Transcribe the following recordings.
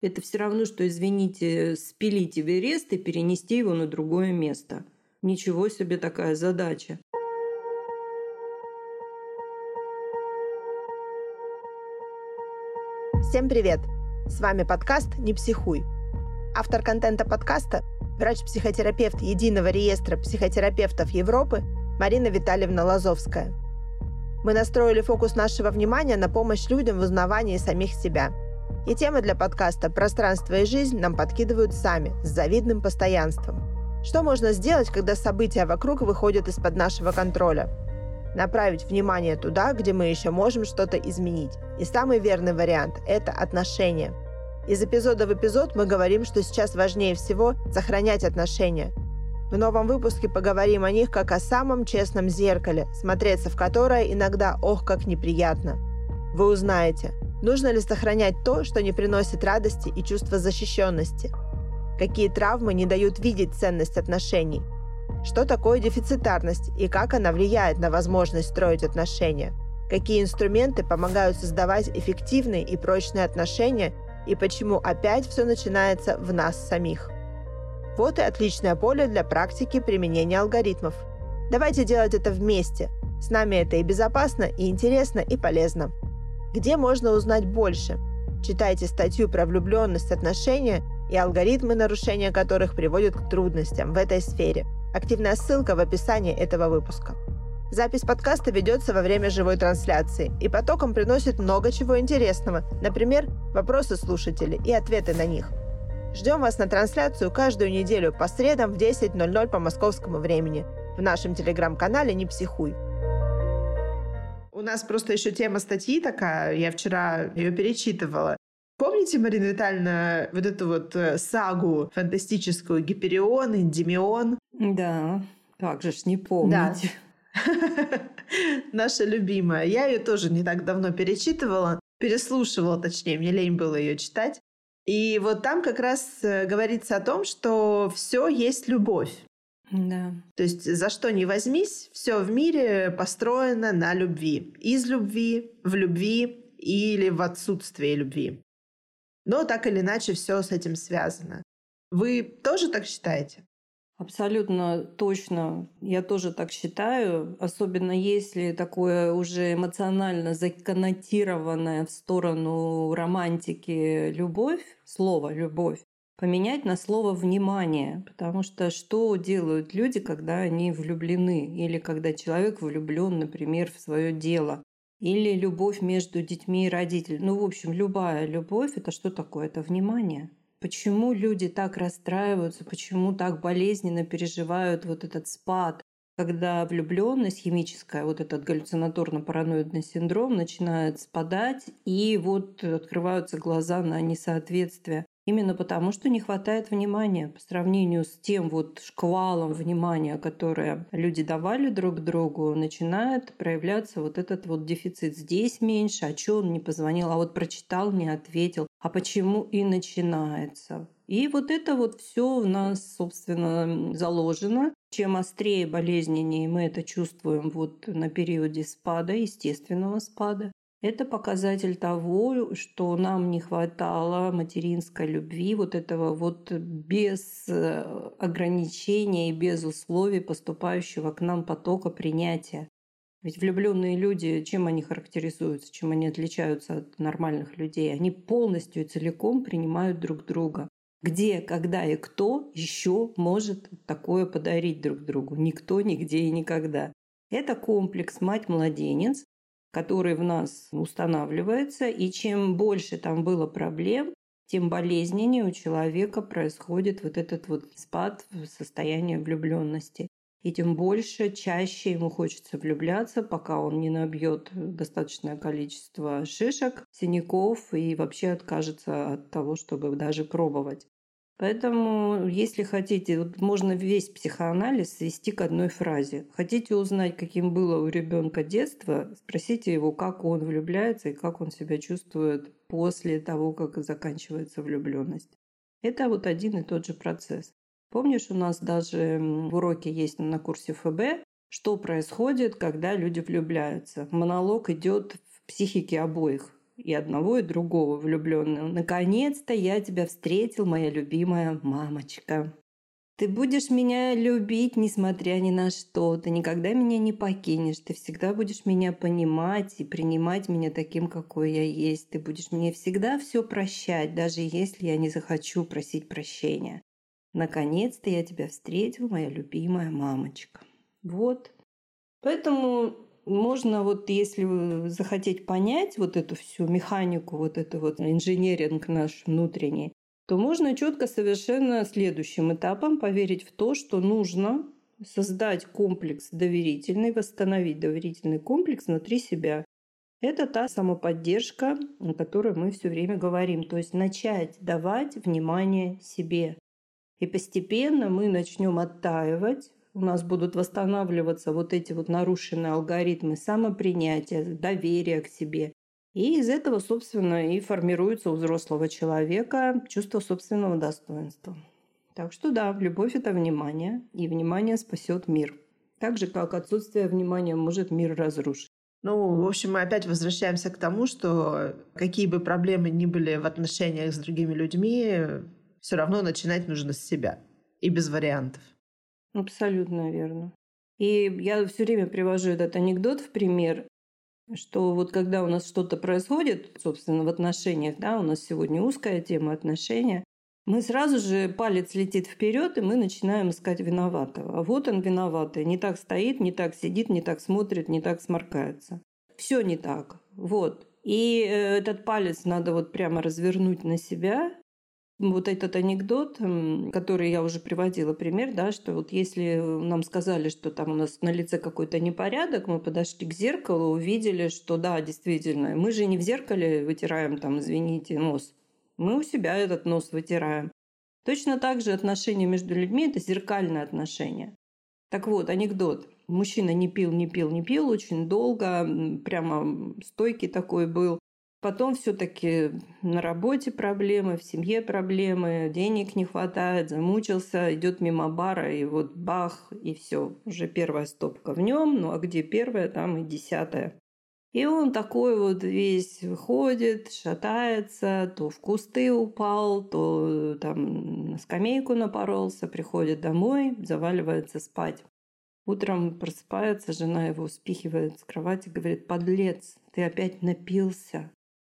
Это все равно, что, извините, спилить Эверест и перенести его на другое место. Ничего себе такая задача. Всем привет! С вами подкаст «Не психуй». Автор контента подкаста – врач-психотерапевт Единого реестра психотерапевтов Европы Марина Витальевна Лазовская. Мы настроили фокус нашего внимания на помощь людям в узнавании самих себя. И темы для подкаста «Пространство и жизнь» нам подкидывают сами, с завидным постоянством. Что можно сделать, когда события вокруг выходят из-под нашего контроля? Направить внимание туда, где мы еще можем что-то изменить. И самый верный вариант – это отношения. Из эпизода в эпизод мы говорим, что сейчас важнее всего сохранять отношения. В новом выпуске поговорим о них как о самом честном зеркале, смотреться в которое иногда ох как неприятно. Вы узнаете, нужно ли сохранять то, что не приносит радости и чувства защищенности. Какие травмы не дают видеть ценность отношений. Что такое дефицитарность и как она влияет на возможность строить отношения? Какие инструменты помогают создавать эффективные и прочные отношения и почему опять все начинается в нас самих? Вот и отличное поле для практики применения алгоритмов. Давайте делать это вместе. С нами это и безопасно, и интересно, и полезно. Где можно узнать больше? Читайте статью про влюбленность, отношения и алгоритмы, нарушения которых приводят к трудностям в этой сфере. Активная ссылка в описании этого выпуска. Запись подкаста ведется во время живой трансляции и потоком приносит много чего интересного, например, вопросы слушателей и ответы на них. Ждем вас на трансляцию каждую неделю по средам в 10:00 по московскому времени в нашем телеграм-канале «Не психуй». У нас просто еще тема статьи такая, я вчера ее перечитывала. Помните, Марина Витальевна, вот эту вот сагу фантастическую «Гиперион», «Эндимион»? Да, как же ж не помнить. Да. Наша любимая. Я ее тоже не так давно перечитывала, переслушивала, точнее, мне лень было ее читать. И вот там как раз говорится о том, что все есть любовь. Да. То есть за что ни возьмись, все в мире построено на любви. Из любви, в любви или в отсутствии любви. Но так или иначе все с этим связано. Вы тоже так считаете? Абсолютно точно. Я тоже так считаю. Особенно если такое уже эмоционально законнотированное в сторону романтики любовь, слово «любовь», поменять на слово «внимание». Потому что делают люди, когда они влюблены? Или когда человек влюблен, например, в свое дело? Или любовь между детьми и родителями? В общем, любая любовь — это что такое? Это внимание. Почему люди так расстраиваются, почему так болезненно переживают вот этот спад, когда влюбленность химическая, вот этот галлюцинаторно-параноидный синдром начинает спадать, и вот открываются глаза на несоответствие. Именно потому, что не хватает внимания по сравнению с тем вот шквалом внимания, которое люди давали друг другу, начинает проявляться вот этот вот дефицит. Здесь меньше, а чё он не позвонил, а вот прочитал, не ответил, а почему и начинается. И вот это вот все в нас, собственно, заложено. Чем острее, болезненнее мы это чувствуем вот на периоде спада, естественного спада, это показатель того, что нам не хватало материнской любви, вот этого вот без ограничений и без условий поступающего к нам потока принятия. Ведь влюбленные люди, чем они характеризуются, чем они отличаются от нормальных людей? Они полностью и целиком принимают друг друга. Где, когда и кто еще может такое подарить друг другу? Никто, нигде и никогда. Это комплекс мать-младенец, который в нас устанавливается, и чем больше там было проблем, тем болезненнее у человека происходит вот этот вот спад в состоянии влюбленности. И тем больше, чаще ему хочется влюбляться, пока он не набьет достаточное количество шишек, синяков и вообще откажется от того, чтобы даже пробовать. Поэтому, если хотите, вот можно весь психоанализ свести к одной фразе. Хотите узнать, каким было у ребенка детство, спросите его, как он влюбляется и как он себя чувствует после того, как заканчивается влюбленность. Это вот один и тот же процесс. Помнишь, у нас даже в уроке есть на курсе ФБ, что происходит, когда люди влюбляются. Монолог идет в психике обоих. и одного, и другого влюбленного. Наконец-то я тебя встретил, моя любимая мамочка. Ты будешь меня любить, несмотря ни на что. Ты никогда меня не покинешь. Ты всегда будешь меня понимать и принимать меня таким, какой я есть. Ты будешь мне всегда все прощать, даже если я не захочу просить прощения. Наконец-то я тебя встретил, моя любимая мамочка. Вот. Поэтому можно, вот если вы захотеть понять вот эту всю механику, вот это вот инженеринг наш внутренний, то можно четко совершенно следующим этапом поверить в то, что нужно создать комплекс доверительный, восстановить доверительный комплекс внутри себя. Это та самоподдержка, о которой мы все время говорим. То есть начать давать внимание себе. И постепенно мы начнем оттаивать, у нас будут восстанавливаться вот эти вот нарушенные алгоритмы самопринятия, доверия к себе. И из этого, собственно, и формируется у взрослого человека чувство собственного достоинства. Так что да, любовь — это внимание, и внимание спасет мир. Так же, как отсутствие внимания может мир разрушить. В общем, мы опять возвращаемся к тому, что какие бы проблемы ни были в отношениях с другими людьми, все равно начинать нужно с себя. И без вариантов. Абсолютно верно. И я все время привожу этот анекдот в пример, что вот когда у нас что-то происходит, собственно, в отношениях, да, у нас сегодня узкая тема отношения, мы сразу же палец летит вперед, и мы начинаем искать виноватого. А вот он виноватый. Не так стоит, не так сидит, не так смотрит, не так сморкается. Все не так. Вот. И этот палец надо вот прямо развернуть на себя. Вот этот анекдот, который я уже приводила пример, да, что вот если нам сказали, что там у нас на лице какой-то непорядок, мы подошли к зеркалу, увидели, что да, действительно, мы же не в зеркале вытираем там, извините, нос. Мы у себя этот нос вытираем. Точно так же отношения между людьми – это зеркальное отношение. Так вот, анекдот. Мужчина не пил очень долго, прямо стойкий такой был. Потом все-таки на работе проблемы, в семье проблемы, денег не хватает, замучился, идет мимо бара, и вот бах, и все. Уже первая стопка в нем, ну а где первая, там и 10-я. И он такой вот весь ходит, шатается, то в кусты упал, то там на скамейку напоролся, приходит домой, заваливается спать. Утром просыпается, жена его спихивает с кровати, говорит: «Подлец, ты опять напился».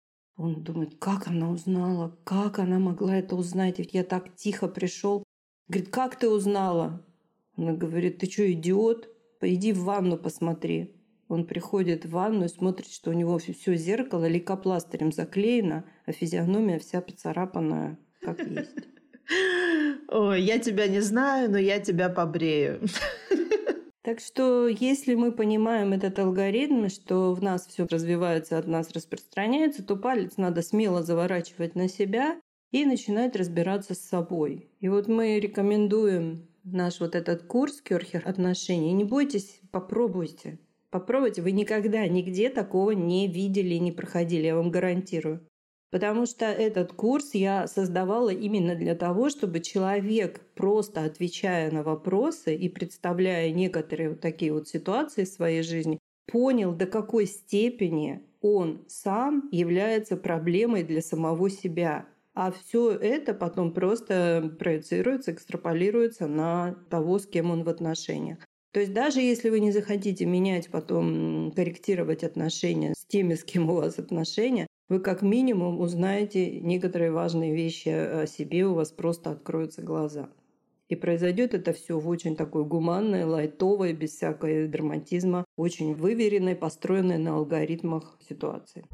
Он думает, как она узнала, как она могла это узнать, ведь я так тихо пришел. Говорит: «Как ты узнала?» Она говорит: «Ты что, идиот? Пойди в ванну посмотри». Он приходит в ванну и смотрит, что у него все зеркало лейкопластырем заклеено, а физиономия вся поцарапанная, как есть. Ой, я тебя не знаю, но я тебя побрею. Так что, если мы понимаем этот алгоритм, что в нас все развивается, от нас распространяется, то палец надо смело заворачивать на себя и начинать разбираться с собой. И вот мы рекомендуем наш вот этот курс «Кёрхер отношений». Не бойтесь, попробуйте. Попробуйте. Вы никогда нигде такого не видели и не проходили, я вам гарантирую. Потому что этот курс я создавала именно для того, чтобы человек, просто отвечая на вопросы и представляя некоторые вот такие вот ситуации в своей жизни, понял, до какой степени он сам является проблемой для самого себя. А все это потом просто проецируется, экстраполируется на того, с кем он в отношениях. То есть даже если вы не захотите менять, потом корректировать отношения с теми, с кем у вас отношения, вы как минимум узнаете некоторые важные вещи о себе, у вас просто откроются глаза. И произойдет это все в очень такой гуманной, лайтовой, без всякого драматизма, очень выверенной, построенной на алгоритмах ситуации.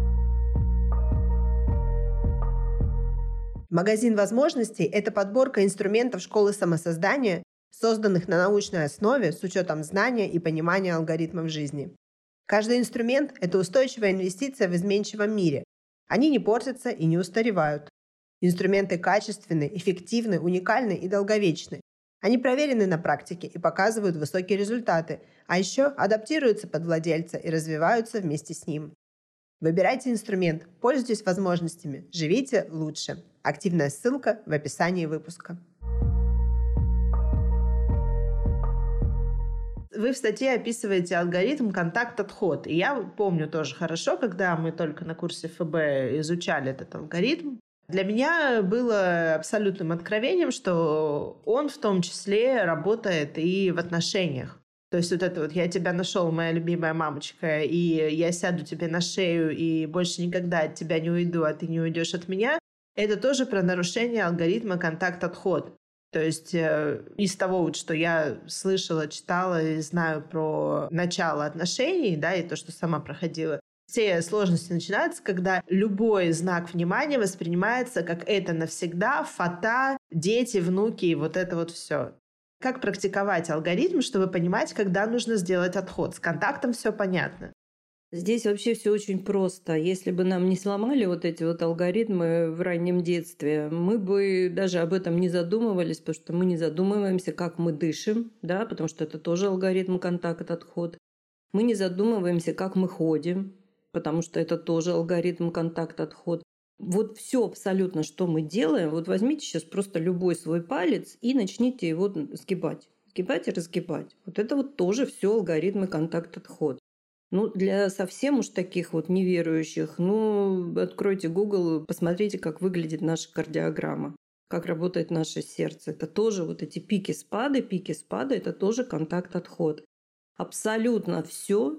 Магазин возможностей – это подборка инструментов школы самосоздания, созданных на научной основе с учетом знания и понимания алгоритмов жизни. Каждый инструмент – это устойчивая инвестиция в изменчивом мире. Они не портятся и не устаревают. Инструменты качественны, эффективны, уникальны и долговечны. Они проверены на практике и показывают высокие результаты, а еще адаптируются под владельца и развиваются вместе с ним. Выбирайте инструмент, пользуйтесь возможностями, живите лучше. Активная ссылка в описании выпуска. Вы в статье описываете алгоритм контакт-отход. И я помню тоже хорошо, когда мы только на курсе ФБ изучали этот алгоритм. Для меня было абсолютным откровением, что он в том числе работает и в отношениях. То есть вот это вот «я тебя нашел, моя любимая мамочка, и я сяду тебе на шею, и больше никогда от тебя не уйду, а ты не уйдешь от меня», это тоже про нарушение алгоритма контакт-отход. То есть из того, вот, что я слышала, читала и знаю про начало отношений, да, и то, что сама проходила, все сложности начинаются, когда любой знак внимания воспринимается как это навсегда, фата, дети, внуки и вот это вот все. Как практиковать алгоритм, чтобы понимать, когда нужно сделать отход? С контактом все понятно. Здесь вообще все очень просто. Если бы нам не сломали вот эти вот алгоритмы в раннем детстве, мы бы даже об этом не задумывались, потому что мы не задумываемся, как мы дышим, да, потому что это тоже алгоритм контакт-отход. Мы не задумываемся, как мы ходим, потому что это тоже алгоритм контакт-отход. Вот все абсолютно, что мы делаем, вот возьмите сейчас просто любой свой палец и начните его сгибать. Сгибать и разгибать. Вот это вот тоже все алгоритмы контакт-отход. Ну, для совсем уж таких вот неверующих, откройте Google, посмотрите, как выглядит наша кардиограмма, как работает наше сердце. Это тоже вот эти пики-спады, это тоже контакт-отход. Абсолютно все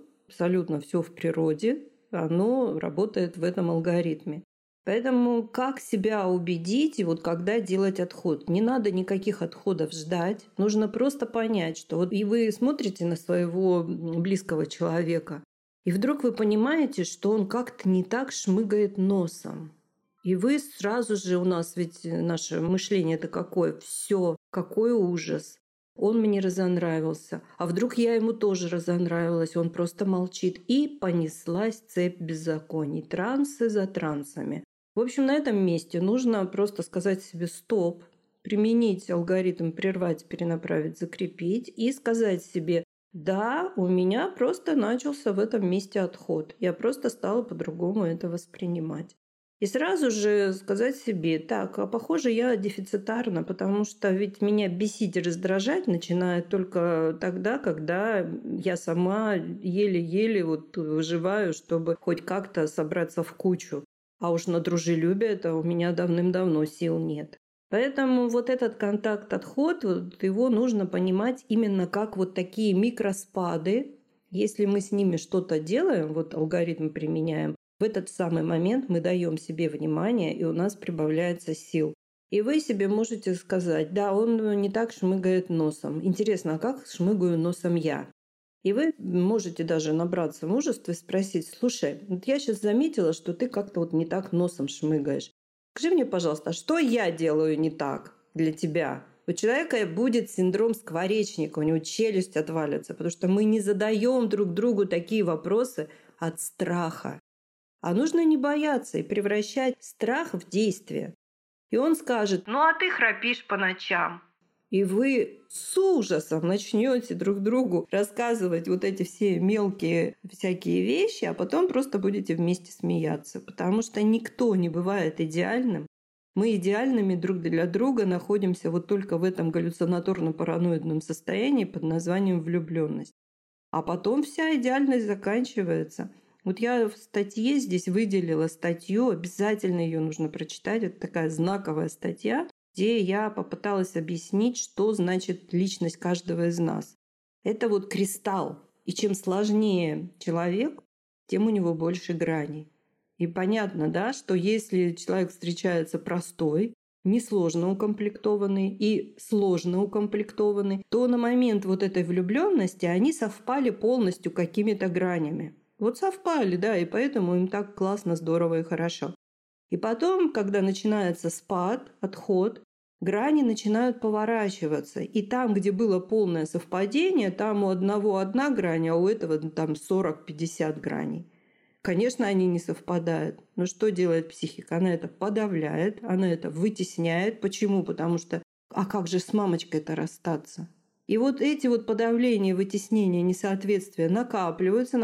в природе, оно работает в этом алгоритме. Поэтому как себя убедить, и вот когда делать отход? Не надо никаких отходов ждать. Нужно просто понять, что вот и вы смотрите на своего близкого человека, и вдруг вы понимаете, что он как-то не так шмыгает носом. И вы сразу же, у нас ведь наше мышление это какое? Все, какой ужас. Он мне разонравился. А вдруг я ему тоже разонравилась? Он просто молчит. И понеслась цепь беззаконий. Трансы за трансами. В общем, на этом месте нужно просто сказать себе «стоп», применить алгоритм «прервать, перенаправить, закрепить» и сказать себе «да, у меня просто начался в этом месте отход. Я просто стала по-другому это воспринимать». И сразу же сказать себе «так, а похоже, я дефицитарна, потому что ведь меня бесить и раздражать начинает только тогда, когда я сама еле-еле вот выживаю, чтобы хоть как-то собраться в кучу. А уж на дружелюбие-то у меня давным-давно сил нет». Поэтому вот этот контакт-отход, вот его нужно понимать именно как вот такие микроспады. Если мы с ними что-то делаем, вот алгоритм применяем, в этот самый момент мы даем себе внимание, и у нас прибавляется сил. И вы себе можете сказать, да, он не так шмыгает носом. Интересно, а как шмыгаю носом я? И вы можете даже набраться мужества и спросить, слушай, вот я сейчас заметила, что ты как-то вот не так носом шмыгаешь. Скажи мне, пожалуйста, а что я делаю не так для тебя? У человека будет синдром скворечника, у него челюсть отвалится, потому что мы не задаем друг другу такие вопросы от страха. А нужно не бояться и превращать страх в действие. И он скажет, ну а ты храпишь по ночам. И вы с ужасом начнете друг другу рассказывать вот эти все мелкие всякие вещи, а потом просто будете вместе смеяться. Потому что никто не бывает идеальным. Мы идеальными друг для друга находимся вот только в этом галлюцинаторно-параноидном состоянии под названием влюбленность. А потом вся идеальность заканчивается. Вот я в статье здесь выделила статью, обязательно ее нужно прочитать. Это такая знаковая статья, где я попыталась объяснить, что значит личность каждого из нас. Это вот кристалл. И чем сложнее человек, тем у него больше граней. И понятно, да, что если человек встречается простой, несложно укомплектованный и сложно укомплектованный, то на момент вот этой влюбленности они совпали полностью какими-то гранями. Вот совпали, да, и поэтому им так классно, здорово и хорошо. И потом, когда начинается спад, отход, грани начинают поворачиваться. И там, где было полное совпадение, там у одного одна грань, а у этого там 40-50 граней. Конечно, они не совпадают. Но что делает психика? Она это подавляет, она это вытесняет. Почему? Потому что а как же с мамочкой-то расстаться? И вот эти вот подавления, вытеснения, несоответствия накапливаются,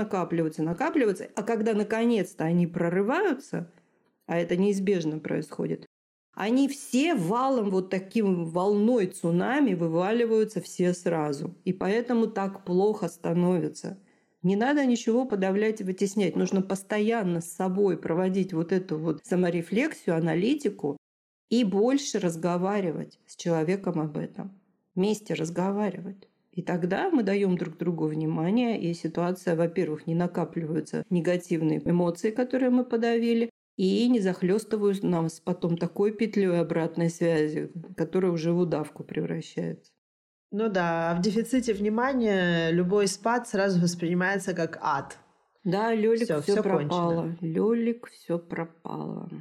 а когда наконец-то они прорываются, а это неизбежно происходит, они все валом, вот таким волной цунами вываливаются все сразу. И поэтому так плохо становится. Не надо ничего подавлять и вытеснять. Нужно постоянно с собой проводить вот эту вот саморефлексию, аналитику и больше разговаривать с человеком об этом. Вместе разговаривать. И тогда мы даем друг другу внимание, и ситуация, во-первых, не накапливаются негативные эмоции, которые мы подавили, и не захлестывают нас потом такой петлей обратной связи, которая уже в удавку превращается. Ну да, а в дефиците внимания любой спад сразу воспринимается как ад. Да, Лёлик, все пропало. Кончено. Лёлик, все пропало.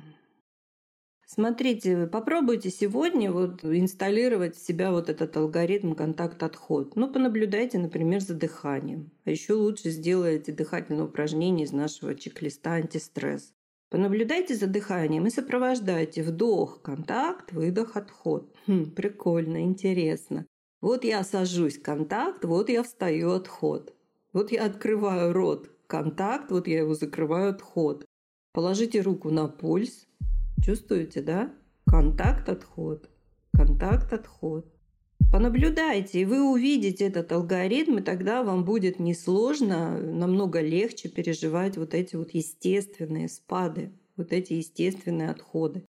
Смотрите, попробуйте сегодня вот инсталлировать в себя вот этот алгоритм контакт-отход. Ну, понаблюдайте, например, за дыханием. А еще лучше сделайте дыхательное упражнение из нашего чек-листа антистресс. Понаблюдайте за дыханием и сопровождайте вдох, контакт, выдох, отход. Прикольно, интересно. Вот я сажусь, контакт, вот я встаю, отход. Вот я открываю рот, контакт, вот я его закрываю, отход. Положите руку на пульс. Чувствуете, да? Контакт, отход. Контакт, отход. Понаблюдайте, и вы увидите этот алгоритм, и тогда вам будет несложно, намного легче переживать вот эти вот естественные спады, вот эти естественные отходы.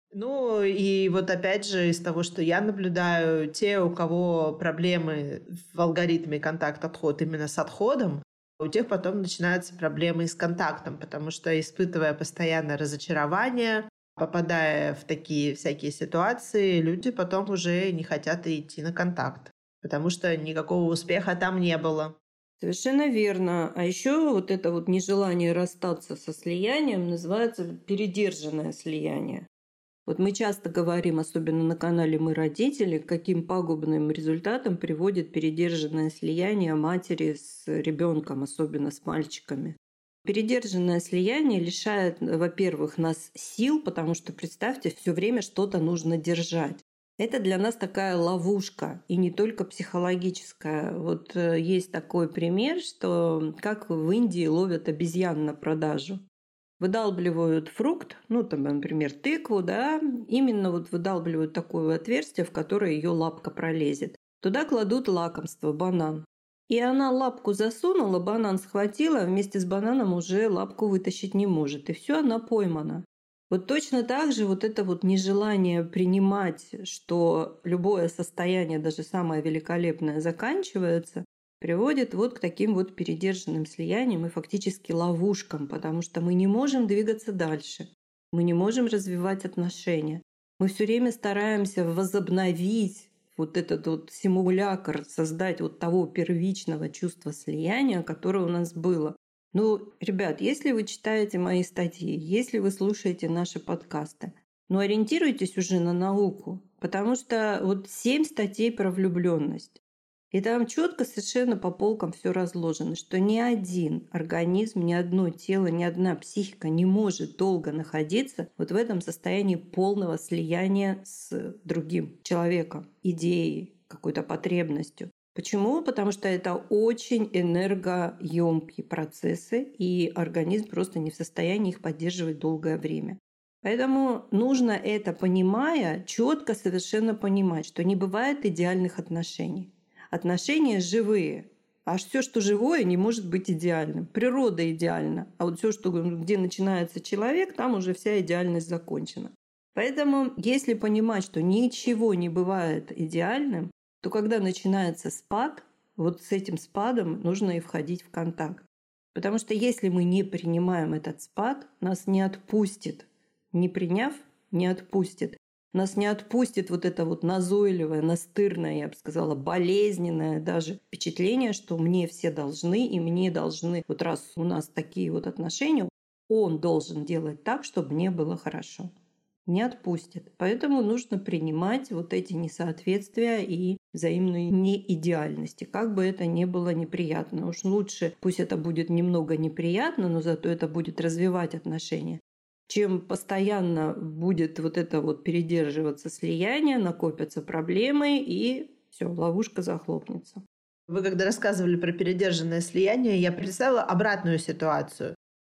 Ну и вот опять же из того, что я наблюдаю, те, у кого проблемы в алгоритме контакт-отход именно с отходом, у тех потом начинаются проблемы и с контактом, потому что, испытывая постоянное разочарование, попадая в такие всякие ситуации, люди потом уже не хотят идти на контакт, потому что никакого успеха там не было. Совершенно верно. А еще вот это вот нежелание расстаться со слиянием называется передержанное слияние. Вот мы часто говорим, особенно на канале «Мы родители», каким пагубным результатом приводит передержанное слияние матери с ребенком, особенно с мальчиками. Передержанное слияние лишает, во-первых, нас сил, потому что, представьте, все время что-то нужно держать. Это для нас такая ловушка, и не только психологическая. Вот есть такой пример, что как в Индии ловят обезьян на продажу. Выдалбливают фрукт, ну там, например, тыкву, да, именно вот выдалбливают такое отверстие, в которое ее лапка пролезет. Туда кладут лакомство, банан. И она лапку засунула, банан схватила, вместе с бананом уже лапку вытащить не может. И все, она поймана. Вот точно так же вот это вот нежелание принимать, что любое состояние, даже самое великолепное, заканчивается, приводит вот к таким вот передержанным слияниям и фактически ловушкам, потому что мы не можем двигаться дальше, мы не можем развивать отношения. Мы все время стараемся возобновить вот этот вот симулятор, создать вот того первичного чувства слияния, которое у нас было. Ну, ребят, если вы читаете мои статьи, если вы слушаете наши подкасты, ну ориентируйтесь уже на науку, потому что вот 7 статей про влюбленность. И там четко совершенно по полкам все разложено, что ни один организм, ни одно тело, ни одна психика не может долго находиться вот в этом состоянии полного слияния с другим человеком, идеей, какой-то потребностью. Почему? Потому что это очень энергоемкие процессы, и организм просто не в состоянии их поддерживать долгое время. Поэтому нужно это, понимая, четко совершенно понимать, что не бывает идеальных отношений. Отношения живые. А все, что живое, не может быть идеальным. Природа идеальна. А вот все, где начинается человек, там уже вся идеальность закончена. Поэтому, если понимать, что ничего не бывает идеальным, то когда начинается спад, вот с этим спадом нужно и входить в контакт. Потому что если мы не принимаем этот спад, нас не отпустит. Не приняв, не отпустит. Нас не отпустит вот это вот назойливое, настырное, я бы сказала, болезненное даже впечатление, что мне все должны, и мне должны, вот раз у нас такие вот отношения, он должен делать так, чтобы мне было хорошо. Не отпустит. Поэтому нужно принимать вот эти несоответствия и взаимные неидеальности, как бы это ни было неприятно. Уж лучше, пусть это будет немного неприятно, но зато это будет развивать отношения, чем постоянно будет вот это вот передерживаться слияние, накопятся проблемы, и все, ловушка захлопнется. Вы когда рассказывали про передержанное слияние, я представила обратную ситуацию.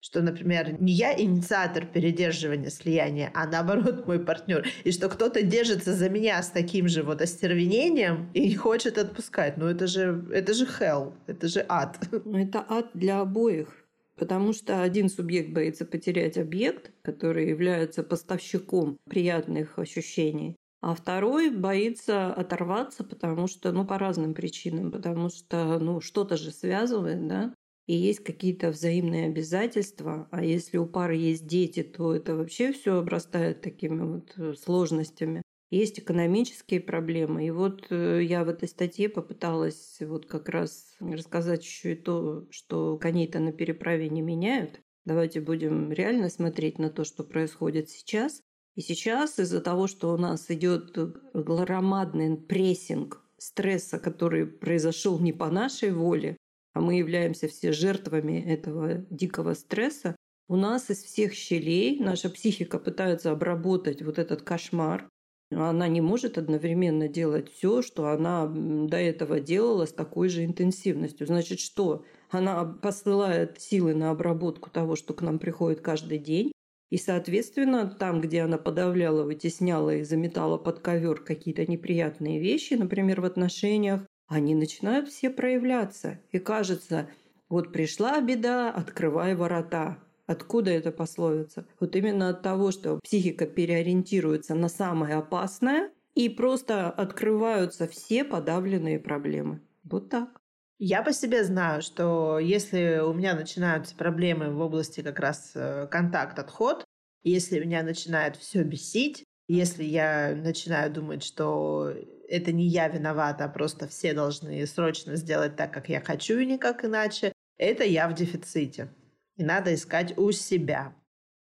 Что, например, не я инициатор передерживания слияния, а наоборот мой партнер. И что кто-то держится за меня с таким же вот остервенением и не хочет отпускать. Ну это же hell, это же ад. Это ад для обоих. Потому что один субъект боится потерять объект, который является поставщиком приятных ощущений, а второй боится оторваться, потому что, по разным причинам, потому что, что-то же связывает, да, и есть какие-то взаимные обязательства, а если у пары есть дети, то это вообще все обрастает такими вот сложностями. Есть экономические проблемы. И вот я в этой статье попыталась вот как раз рассказать еще и то, что коней-то на переправе не меняют. Давайте будем реально смотреть на то, что происходит сейчас. И сейчас из-за того, что у нас идет громадный прессинг стресса, который произошел не по нашей воле, а мы являемся все жертвами этого дикого стресса, у нас из всех щелей наша психика пытается обработать вот этот кошмар. Она не может одновременно делать все, что она до этого делала с такой же интенсивностью. Значит, что? Она посылает силы на обработку того, что к нам приходит каждый день. И, соответственно, там, где она подавляла, вытесняла и заметала под ковер какие-то неприятные вещи, например, в отношениях, они начинают все проявляться. И кажется, вот пришла беда, открывай ворота. Откуда эта пословица? Вот именно от того, что психика переориентируется на самое опасное и просто открываются все подавленные проблемы. Вот так. Я по себе знаю, что если у меня начинаются проблемы в области как раз контакт-отход, если меня начинает все бесить, если я начинаю думать, что это не я виновата, а просто все должны срочно сделать так, как я хочу и никак иначе, это я в дефиците. И надо искать у себя.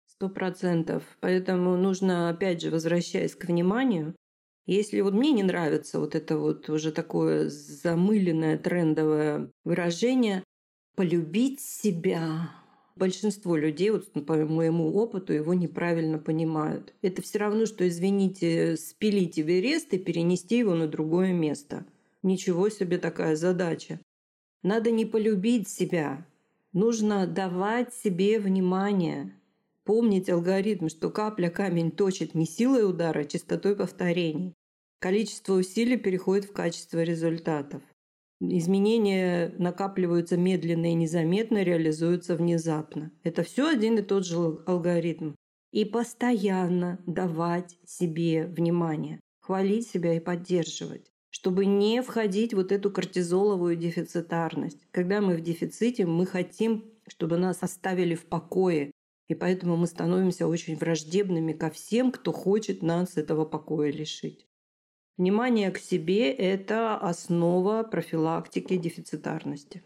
100%. Поэтому нужно, опять же, возвращаясь к вниманию, если вот мне не нравится вот это вот уже такое замыленное трендовое выражение «полюбить себя», большинство людей, вот по моему опыту, его неправильно понимают. Это все равно, что, извините, спилить Эверест и перенести его на другое место. Ничего себе такая задача. Надо не полюбить себя. Нужно давать себе внимание. Помнить алгоритм, что капля камень точит не силой удара, а частотой повторений. Количество усилий переходит в качество результатов. Изменения накапливаются медленно и незаметно, реализуются внезапно. Это все один и тот же алгоритм. И постоянно давать себе внимание, хвалить себя и поддерживать, чтобы не входить в вот эту кортизоловую дефицитарность. Когда мы в дефиците, мы хотим, чтобы нас оставили в покое. И поэтому мы становимся очень враждебными ко всем, кто хочет нас этого покоя лишить. Внимание к себе – это основа профилактики дефицитарности.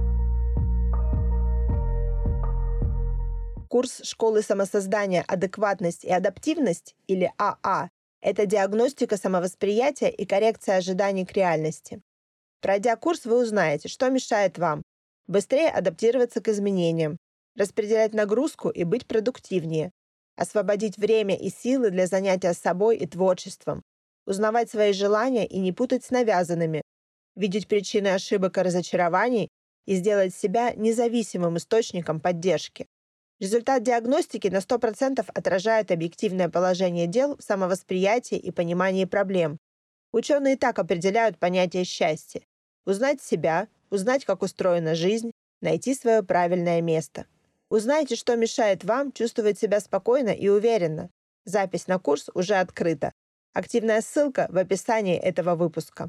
Курс школы самосоздания «Адекватность и адаптивность» или АА – это диагностика самовосприятия и коррекция ожиданий к реальности. Пройдя курс, вы узнаете, что мешает вам быстрее адаптироваться к изменениям, распределять нагрузку и быть продуктивнее, освободить время и силы для занятия собой и творчеством, узнавать свои желания и не путать с навязанными, видеть причины ошибок и разочарований и сделать себя независимым источником поддержки. Результат диагностики на 100% отражает объективное положение дел в самовосприятии и понимании проблем. Ученые так определяют понятие счастья. Узнать себя, узнать, как устроена жизнь, найти свое правильное место. Узнайте, что мешает вам чувствовать себя спокойно и уверенно. Запись на курс уже открыта. Активная ссылка в описании этого выпуска.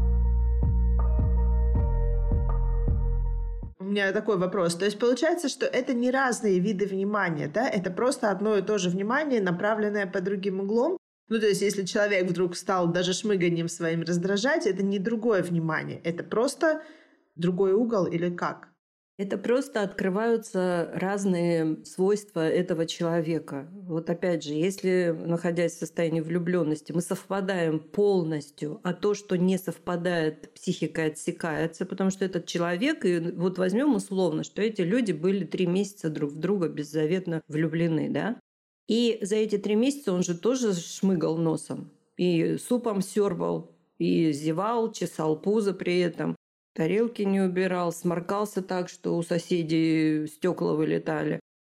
У меня такой вопрос. То есть получается, что это не разные виды внимания, да? Это просто одно и то же внимание, направленное под другим углом. Ну, то есть если человек вдруг стал даже шмыганием своим раздражать, это не другое внимание. Это просто другой угол или как? Это просто открываются разные свойства этого человека. Вот опять же, если, находясь в состоянии влюбленности, мы совпадаем полностью, а то, что не совпадает, психика отсекается, потому что этот человек, и вот возьмем условно, что эти люди были 3 месяца друг в друга беззаветно влюблены, да? И за эти 3 месяца он же тоже шмыгал носом, и супом сёрбал, и зевал, чесал пузо при этом. Тарелки не убирал, сморкался так, что у соседей стекла вылетали.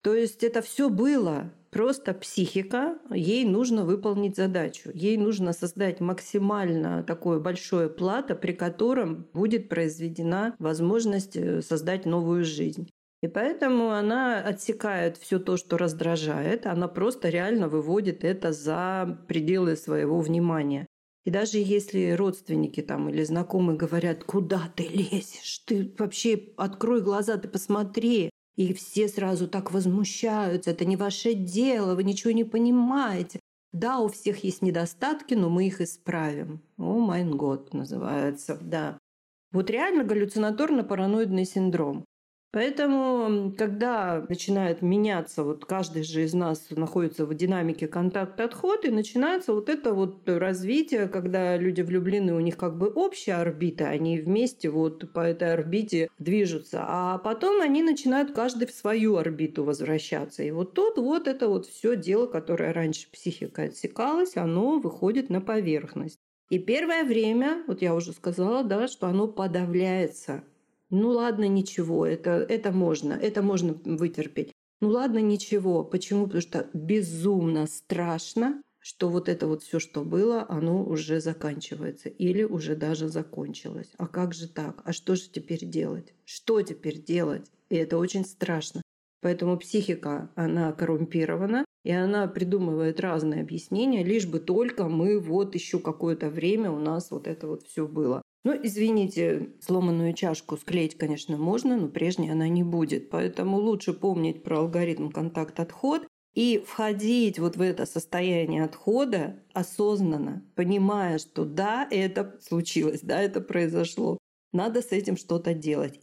То есть это все было. Просто психика, ей нужно выполнить задачу. Ей нужно создать максимально такое большое плато, при котором будет произведена возможность создать новую жизнь. И поэтому она отсекает все то, что раздражает, она просто реально выводит это за пределы своего внимания. И даже если родственники там или знакомые говорят: куда ты лезешь, ты вообще открой глаза, ты посмотри. И все сразу так возмущаются: это не ваше дело, вы ничего не понимаете. Да, у всех есть недостатки, но мы их исправим. О, майн год называется, да. Вот реально галлюцинаторно-параноидный синдром. Поэтому, когда начинает меняться, вот каждый же из нас находится в динамике контакт-отход, и начинается вот это вот развитие, когда люди влюблены, у них как бы общая орбита, они вместе вот по этой орбите движутся, а потом они начинают каждый в свою орбиту возвращаться. И вот тут вот это вот все дело, которое раньше психикой отсекалось, оно выходит на поверхность. И первое время, вот я уже сказала, да, что оно подавляется. Ну ладно, ничего, это можно вытерпеть. Ну ладно, ничего. Почему? Потому что безумно страшно, что вот это вот все, что было, оно уже заканчивается или уже даже закончилось. А как же так? А что же теперь делать? Что теперь делать? И это очень страшно. Поэтому психика, она коррумпирована, и она придумывает разные объяснения, лишь бы только мы вот еще какое-то время у нас вот это вот все было. Ну, извините, сломанную чашку склеить, конечно, можно, но прежней она не будет. Поэтому лучше помнить про алгоритм контакт-отход и входить вот в это состояние отхода осознанно, понимая, что да, это случилось, да, это произошло. Надо с этим что-то делать.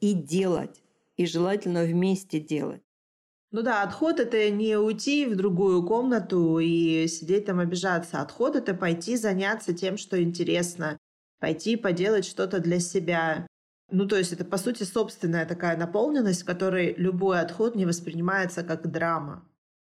И желательно вместе делать. Ну да, отход — это не уйти в другую комнату и сидеть там обижаться. Отход — это пойти заняться тем, что интересно, пойти поделать что-то для себя. Ну, то есть это, по сути, собственная такая наполненность, в которой любой отход не воспринимается как драма.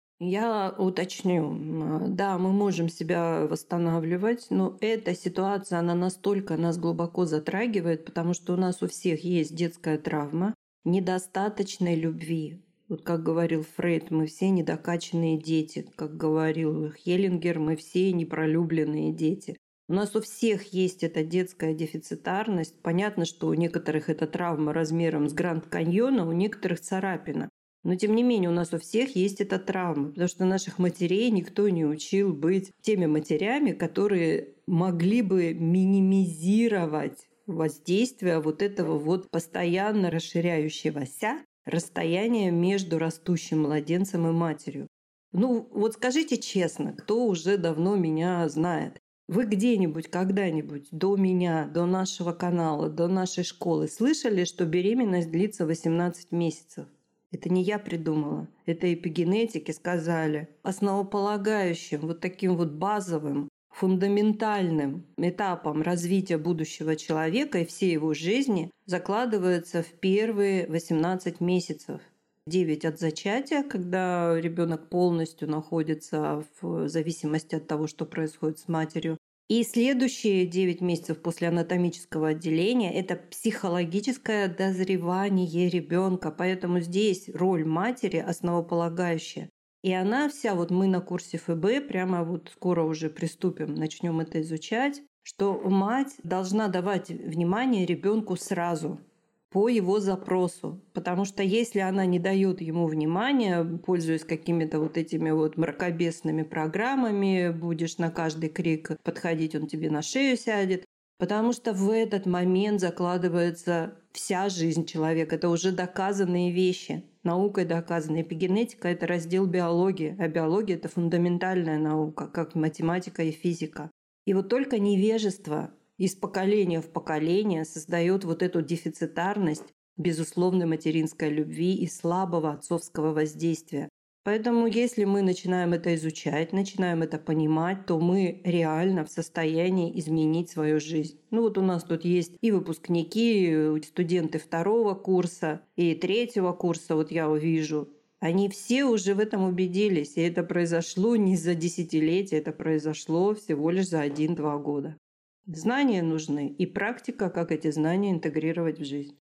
Я уточню. Да, мы можем себя восстанавливать, но эта ситуация, она настолько нас глубоко затрагивает, потому что у нас у всех есть детская травма недостаточной любви. Вот как говорил Фрейд, мы все недокачанные дети. Как говорил Хеллингер, мы все непролюбленные дети. У нас у всех есть эта детская дефицитарность. Понятно, что у некоторых это травма размером с Гранд Каньона, у некоторых царапина. Но тем не менее у нас у всех есть эта травма, потому что наших матерей никто не учил быть теми матерями, которые могли бы минимизировать воздействие вот этого вот постоянно расширяющегося расстояния между растущим младенцем и матерью. Ну вот скажите честно, кто уже давно меня знает? Вы где-нибудь, когда-нибудь до меня, до нашего канала, до нашей школы слышали, что беременность длится 18 месяцев? Это не я придумала. Это эпигенетики сказали. Основополагающим, вот таким вот базовым, фундаментальным этапом развития будущего человека и всей его жизни закладывается в первые 18 месяцев. 9 от зачатия, когда ребенок полностью находится в зависимости от того, что происходит с матерью. И следующие 9 месяцев после анатомического отделения – это психологическое дозревание ребенка. Поэтому здесь роль матери основополагающая. И она вся, вот мы на курсе ФБ, прямо вот скоро уже приступим, начнем это изучать, что мать должна давать внимание ребенку сразу по его запросу. Потому что если она не дает ему внимания, пользуясь какими-то вот этими вот мракобесными программами, будешь на каждый крик подходить, он тебе на шею сядет. Потому что в этот момент закладывается вся жизнь человека. Это уже доказанные вещи, наукой доказанные. Эпигенетика — это раздел биологии, а биология — это фундаментальная наука, как математика и физика. И вот только невежество из поколения в поколение создает вот эту дефицитарность безусловной материнской любви и слабого отцовского воздействия. Поэтому если мы начинаем это изучать, начинаем это понимать, то мы реально в состоянии изменить свою жизнь. Ну вот у нас тут есть и выпускники, и студенты 2-го курса, и 3-го курса, вот я увижу. Они все уже в этом убедились, и это произошло не за десятилетия, это произошло всего лишь за 1-2 года. Знания нужны и практика, как эти знания интегрировать в жизнь.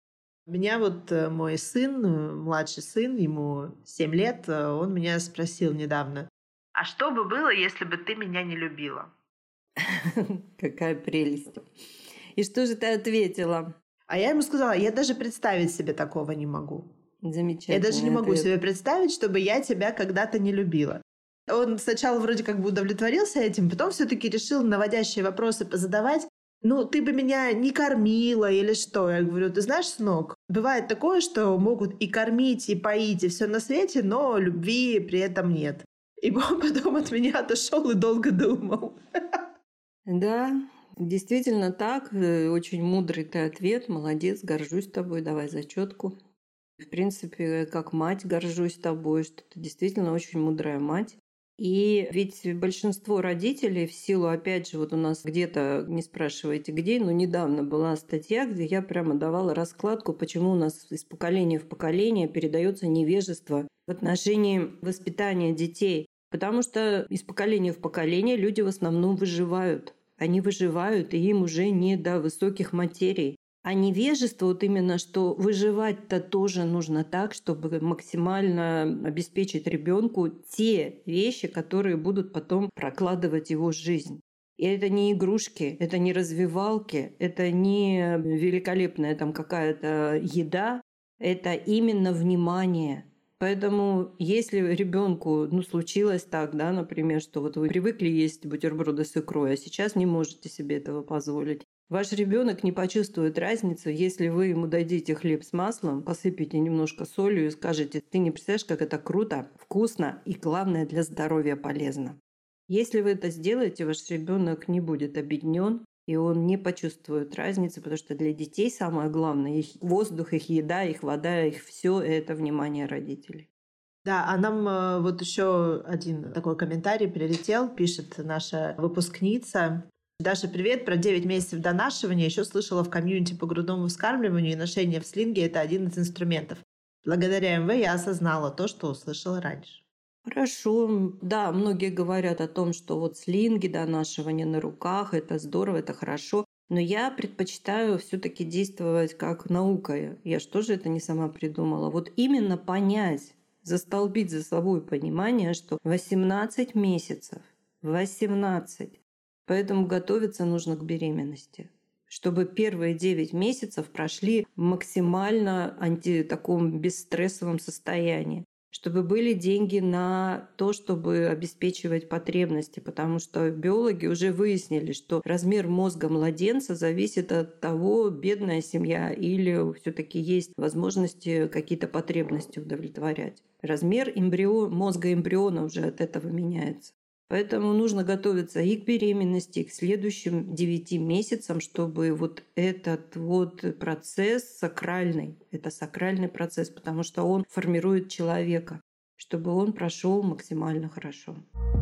У меня вот мой сын, младший сын, ему 7 лет, он меня спросил недавно: «А что бы было, если бы ты меня не любила?» Какая прелесть. И что же ты ответила? А я ему сказала: я даже представить себе такого не могу. Замечательно. Я даже не могу себе представить, чтобы я тебя когда-то не любила. Он сначала вроде как бы удовлетворился этим, потом все-таки решил наводящие вопросы позадавать. Ну, ты бы меня не кормила или что? Я говорю: ты знаешь, сынок, бывает такое, что могут и кормить, и поить, и все на свете, но любви при этом нет. И он потом от меня отошел и долго думал. Да, действительно так. Очень мудрый ты ответ. Молодец, горжусь тобой. Давай зачетку. В принципе, как мать горжусь тобой, что ты действительно очень мудрая мать. И ведь большинство родителей в силу, опять же, вот у нас где-то, не спрашивайте где, но недавно была статья, где я прямо давала раскладку, почему у нас из поколения в поколение передается невежество в отношении воспитания детей. Потому что из поколения в поколение люди в основном выживают. Они выживают, и им уже не до высоких материй. А невежество вот именно, что выживать-то тоже нужно так, чтобы максимально обеспечить ребенку те вещи, которые будут потом прокладывать его жизнь. И это не игрушки, это не развивалки, это не великолепная там какая-то еда, это именно внимание. Поэтому если ребенку случилось так, да, например, что вот вы привыкли есть бутерброды с икрой, а сейчас не можете себе этого позволить, ваш ребенок не почувствует разницу, если вы ему дадите хлеб с маслом, посыпите немножко солью и скажете: ты не представляешь, как это круто, вкусно и, главное, для здоровья полезно. Если вы это сделаете, ваш ребенок не будет обиднен, и он не почувствует разницы, потому что для детей самое главное — их воздух, их еда, их вода, их все это внимание родителей. Да, а нам вот еще один такой комментарий прилетел, пишет наша выпускница. Даша, привет. Про 9 месяцев донашивания еще слышала в комьюнити по грудному вскармливанию, и ношение в слинге — это один из инструментов. Благодаря МВ я осознала то, что услышала раньше. Хорошо. Да, многие говорят о том, что вот слинги, донашивание на руках — это здорово, это хорошо. Но я предпочитаю все-таки действовать как наукой. Я же тоже это не сама придумала. Вот именно понять, застолбить за собой понимание, что 18 месяцев, 18. Поэтому готовиться нужно к беременности, чтобы первые 9 месяцев прошли максимально таком бесстрессовом состоянии, чтобы были деньги на то, чтобы обеспечивать потребности, потому что биологи уже выяснили, что размер мозга младенца зависит от того, бедная семья или все-таки есть возможности какие-то потребности удовлетворять. Размер мозга эмбриона уже от этого меняется. Поэтому нужно готовиться и к беременности, и к следующим 9 месяцам, чтобы вот этот вот процесс сакральный, это сакральный процесс, потому что он формирует человека, чтобы он прошел максимально хорошо.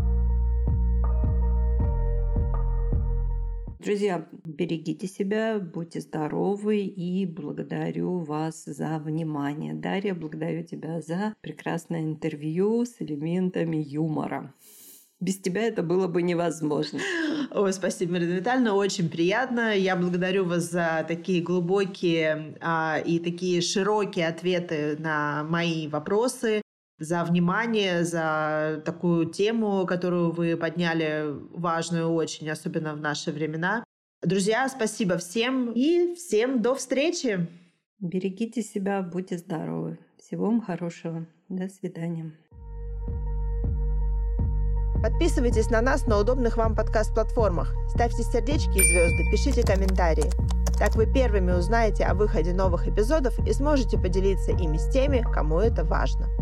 Друзья, берегите себя, будьте здоровы, и благодарю вас за внимание. Дарья, благодарю тебя за прекрасное интервью с элементами юмора. Без тебя это было бы невозможно. Ой, спасибо, Марина Витальевна, очень приятно. Я благодарю вас за такие глубокие и такие широкие ответы на мои вопросы, за внимание, за такую тему, которую вы подняли, важную очень, особенно в наши времена. Друзья, спасибо всем и всем до встречи. Берегите себя, будьте здоровы. Всего вам хорошего. До свидания. Подписывайтесь на нас на удобных вам подкаст-платформах, ставьте сердечки и звезды, пишите комментарии. Так вы первыми узнаете о выходе новых эпизодов и сможете поделиться ими с теми, кому это важно.